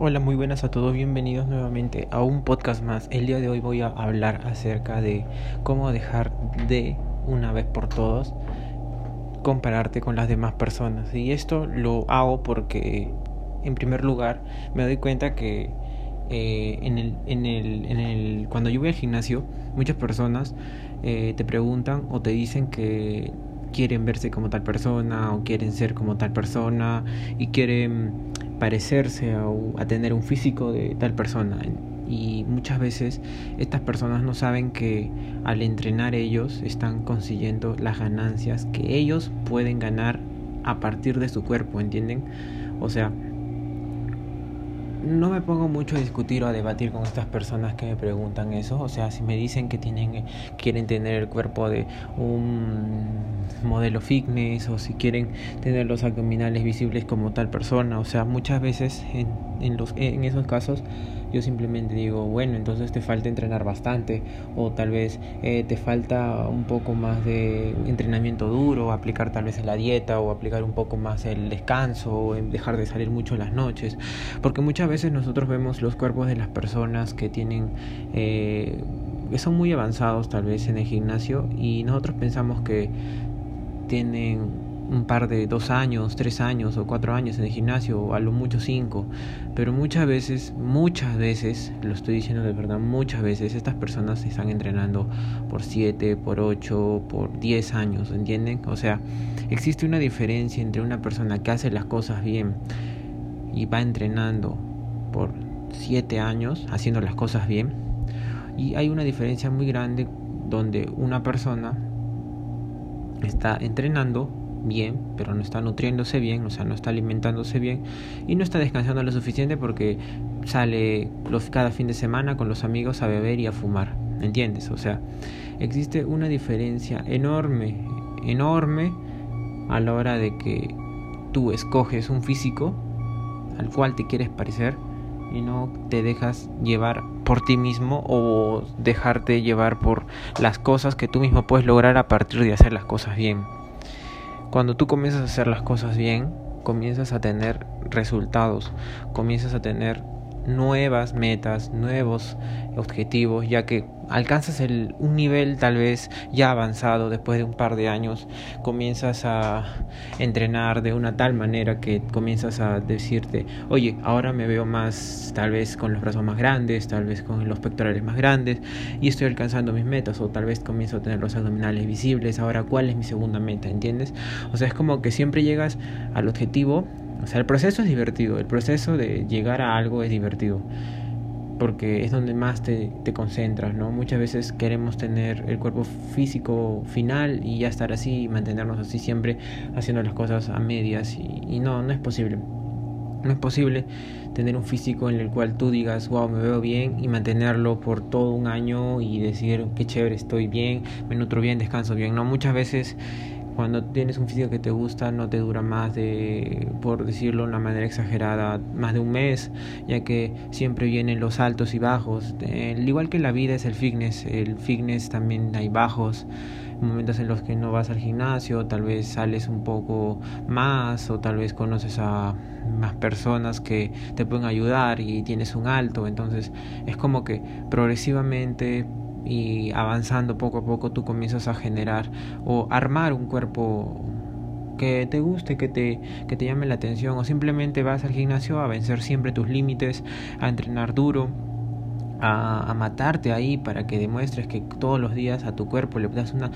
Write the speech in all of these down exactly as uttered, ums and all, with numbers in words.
Hola, muy buenas a todos, bienvenidos nuevamente a un podcast más. El día de hoy voy a hablar acerca de cómo dejar de, una vez por todas, compararte con las demás personas. Y esto lo hago porque, en primer lugar, me doy cuenta que eh, en el, en el, en el, cuando yo voy al gimnasio, muchas personas eh, te preguntan o te dicen que quieren verse como tal persona o quieren ser como tal persona y quieren parecerse a, a tener un físico de tal persona. Y muchas veces estas personas no saben que al entrenar ellos están consiguiendo las ganancias que ellos pueden ganar a partir de su cuerpo, ¿entienden? O sea, no me pongo mucho a discutir o a debatir con estas personas que me preguntan eso. O sea, si me dicen que tienen, quieren tener el cuerpo de un modelo fitness, o si quieren tener los abdominales visibles como tal persona, o sea, muchas veces en, en, los, en esos casos yo simplemente digo, bueno, entonces te falta entrenar bastante, o tal vez eh, te falta un poco más de entrenamiento duro, aplicar tal vez la dieta, o aplicar un poco más el descanso, o dejar de salir mucho en las noches, porque muchas veces nosotros vemos los cuerpos de las personas que tienen eh, que son muy avanzados tal vez en el gimnasio, y nosotros pensamos que tienen un par de dos años, tres años o cuatro años en el gimnasio, o a lo mucho cinco, pero muchas veces, muchas veces, lo estoy diciendo de verdad, muchas veces estas personas están entrenando por siete, por ocho, por diez años, ¿entienden? O sea, existe una diferencia entre una persona que hace las cosas bien y va entrenando por siete años haciendo las cosas bien, y hay una diferencia muy grande donde una persona está entrenando bien, pero no está nutriéndose bien, o sea, no está alimentándose bien y no está descansando lo suficiente porque sale los, cada fin de semana con los amigos a beber y a fumar, ¿entiendes? O sea, existe una diferencia enorme, enorme a la hora de que tú escoges un físico al cual te quieres parecer y no te dejas llevar por ti mismo o dejarte llevar por las cosas que tú mismo puedes lograr a partir de hacer las cosas bien. Cuando tú comienzas a hacer las cosas bien, comienzas a tener resultados, comienzas a tener nuevas metas, nuevos objetivos, ya que alcanzas el, un nivel tal vez ya avanzado después de un par de años, comienzas a entrenar de una tal manera que comienzas a decirte, oye, ahora me veo más tal vez con los brazos más grandes, tal vez con los pectorales más grandes y estoy alcanzando mis metas, o tal vez comienzo a tener los abdominales visibles, ahora ¿cuál es mi segunda meta? ¿Entiendes? O sea, es como que siempre llegas al objetivo. O sea, el proceso es divertido, el proceso de llegar a algo es divertido, porque es donde más te, te concentras, ¿no? Muchas veces queremos tener el cuerpo físico final y ya estar así y mantenernos así siempre haciendo las cosas a medias, y, y no, no es posible. No es posible tener un físico en el cual tú digas, wow, me veo bien, y mantenerlo por todo un año y decir, qué chévere, estoy bien, me nutro bien, descanso bien. No, muchas veces cuando tienes un físico que te gusta no te dura más de, por decirlo de una manera exagerada, más de un mes, ya que siempre vienen los altos y bajos. Eh, al igual que la vida es el fitness, el fitness también hay bajos, momentos en los que no vas al gimnasio, tal vez sales un poco más, o tal vez conoces a más personas que te pueden ayudar y tienes un alto. Entonces es como que progresivamente y avanzando poco a poco tú comienzas a generar o armar un cuerpo que te guste, que te, que te llame la atención, o simplemente vas al gimnasio a vencer siempre tus límites, a entrenar duro, a, a matarte ahí para que demuestres que todos los días a tu cuerpo le das una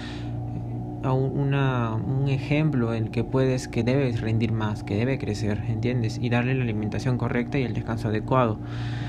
a una, un ejemplo en el que puedes, que debes rendir más, que debe crecer, ¿entiendes? Y darle la alimentación correcta y el descanso adecuado.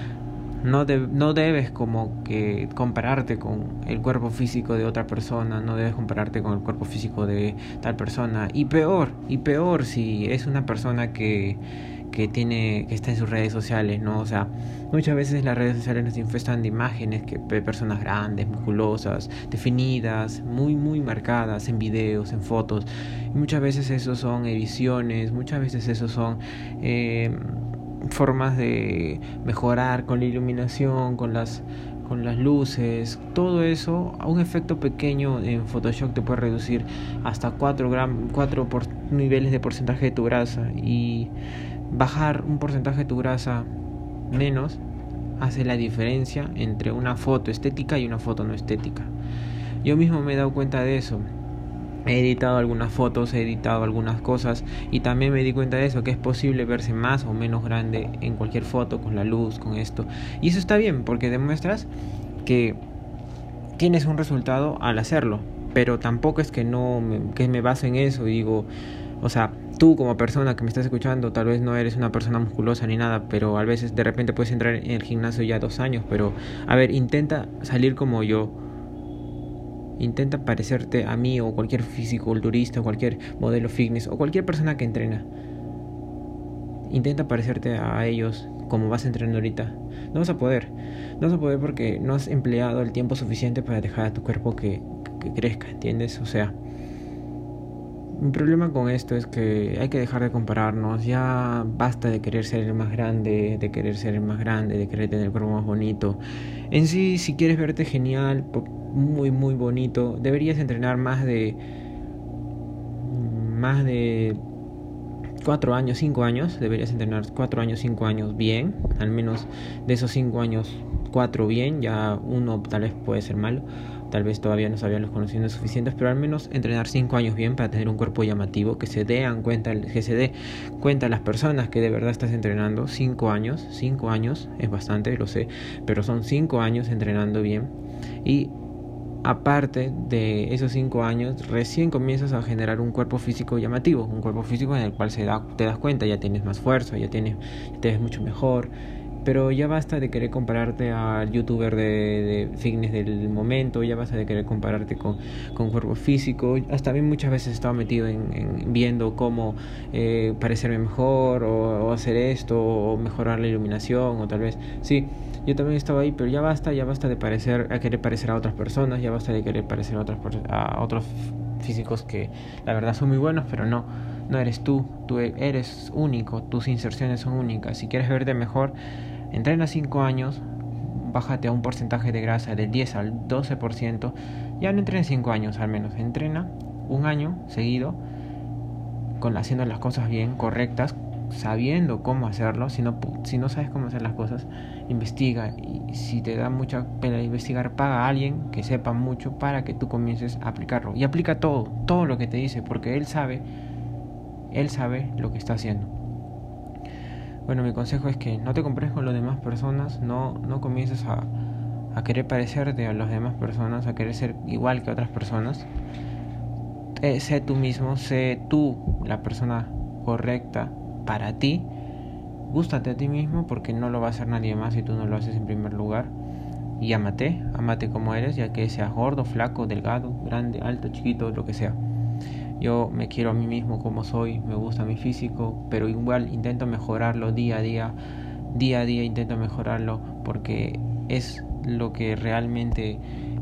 No, de, no debes como que compararte con el cuerpo físico de otra persona, no debes compararte con el cuerpo físico de tal persona, y peor, y peor si es una persona que, que tiene, que está en sus redes sociales, ¿no? O sea, muchas veces las redes sociales nos infestan de imágenes que de personas grandes, musculosas, definidas, muy muy marcadas en videos, en fotos, y muchas veces eso son ediciones, muchas veces eso son eh, formas de mejorar con la iluminación, con las con las luces, todo eso. A un efecto pequeño en Photoshop te puede reducir hasta cuatro gram, cuatro por, niveles de porcentaje de tu grasa, y bajar un porcentaje de tu grasa menos hace la diferencia entre una foto estética y una foto no estética. Yo mismo me he dado cuenta de eso. He editado algunas fotos, he editado algunas cosas y también me di cuenta de eso, que es posible verse más o menos grande en cualquier foto, con la luz, con esto. Y eso está bien porque demuestras que tienes un resultado al hacerlo, pero tampoco es que no me, que me baso en eso y digo, o sea, tú como persona que me estás escuchando, tal vez no eres una persona musculosa ni nada, pero a veces de repente puedes entrar en el gimnasio ya dos años, pero a ver, intenta salir como yo, intenta parecerte a mí o cualquier fisiculturista o cualquier modelo fitness o cualquier persona que entrena. Intenta parecerte a ellos como vas entrenando ahorita. No vas a poder. No vas a poder porque no has empleado el tiempo suficiente para dejar a tu cuerpo que, que crezca, ¿entiendes? O sea, mi problema con esto es que hay que dejar de compararnos. Ya basta de querer ser el más grande, de querer ser el más grande, de querer tener el cuerpo más bonito. En sí, si quieres verte genial, muy, muy bonito, deberías entrenar más de... Más de... cuatro años, cinco años, deberías entrenar cuatro años, cinco años bien, al menos de esos cinco años, cuatro bien, ya uno tal vez puede ser malo, tal vez todavía no sabían los conocimientos suficientes, pero al menos entrenar cinco años bien para tener un cuerpo llamativo, que se den cuenta, que se dé cuenta las personas que de verdad estás entrenando. Cinco años, cinco años es bastante, lo sé, pero son cinco años entrenando bien y aparte de esos cinco años, recién comienzas a generar un cuerpo físico llamativo, un cuerpo físico en el cual se da, te das cuenta, ya tienes más fuerza, ya tienes, te ves mucho mejor, pero ya basta de querer compararte al youtuber de, de fitness del momento, ya basta de querer compararte con, con cuerpo físico. Hasta bien muchas veces he estado metido en, en viendo cómo eh, parecerme mejor o, o hacer esto o mejorar la iluminación o tal vez, sí. Yo también estaba ahí, pero ya basta, ya basta de parecer, a querer parecer a otras personas, ya basta de querer parecer a otras a otros físicos que la verdad son muy buenos, pero no, no eres tú, tú eres único, tus inserciones son únicas. Si quieres verte mejor, entrena cinco años, bájate a un porcentaje de grasa del diez al doce por ciento, ya no entrenes cinco años al menos, entrena un año seguido, con haciendo las cosas bien, correctas, sabiendo cómo hacerlo. Si no, si no sabes cómo hacer las cosas, investiga, y si te da mucha pena investigar, paga a alguien que sepa mucho para que tú comiences a aplicarlo, y aplica todo, todo lo que te dice, porque él sabe, él sabe lo que está haciendo. Bueno, mi consejo es que no te compares con las demás personas, no, no comiences a, a querer parecerte a las demás personas, a querer ser igual que otras personas. Eh, sé tú mismo, sé tú la persona correcta para ti. Gústate a ti mismo, porque no lo va a hacer nadie más si tú no lo haces en primer lugar. Y ámate, ámate como eres, ya que seas gordo, flaco, delgado, grande, alto, chiquito, lo que sea. Yo me quiero a mí mismo como soy, me gusta mi físico, pero igual intento mejorarlo día a día, día a día intento mejorarlo, porque es lo que realmente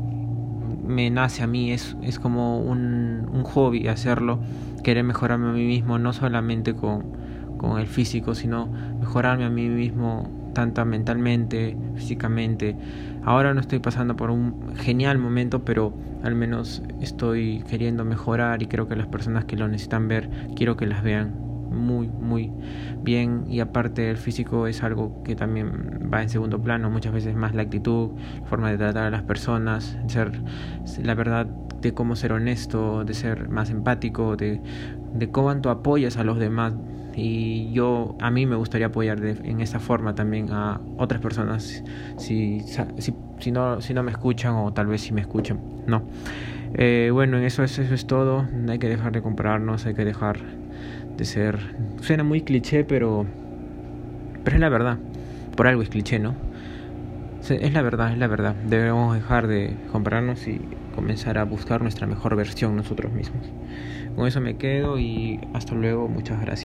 me nace a mí, es, es como un, un hobby hacerlo, querer mejorarme a mí mismo, no solamente con, con el físico, sino mejorarme a mí mismo, tanto mentalmente, físicamente. Ahora no estoy pasando por un genial momento, pero al menos estoy queriendo mejorar, y creo que las personas que lo necesitan ver, quiero que las vean muy, muy bien. Y aparte el físico es algo que también va en segundo plano, muchas veces más la actitud, la forma de tratar a las personas, ser, la verdad, de cómo ser honesto, de ser más empático, de, de cuánto apoyas a los demás. Y yo, a mí me gustaría apoyar de, en esa forma también a otras personas, si, si, si, no, si no me escuchan, o tal vez si me escuchan, no. Eh, bueno, en eso, eso, eso es todo. Hay que dejar de compararnos, hay que dejar de ser... Suena muy cliché, pero, pero es la verdad. Por algo es cliché, ¿no? Es la verdad, es la verdad. Debemos dejar de compararnos y comenzar a buscar nuestra mejor versión nosotros mismos. Con eso me quedo y hasta luego. Muchas gracias.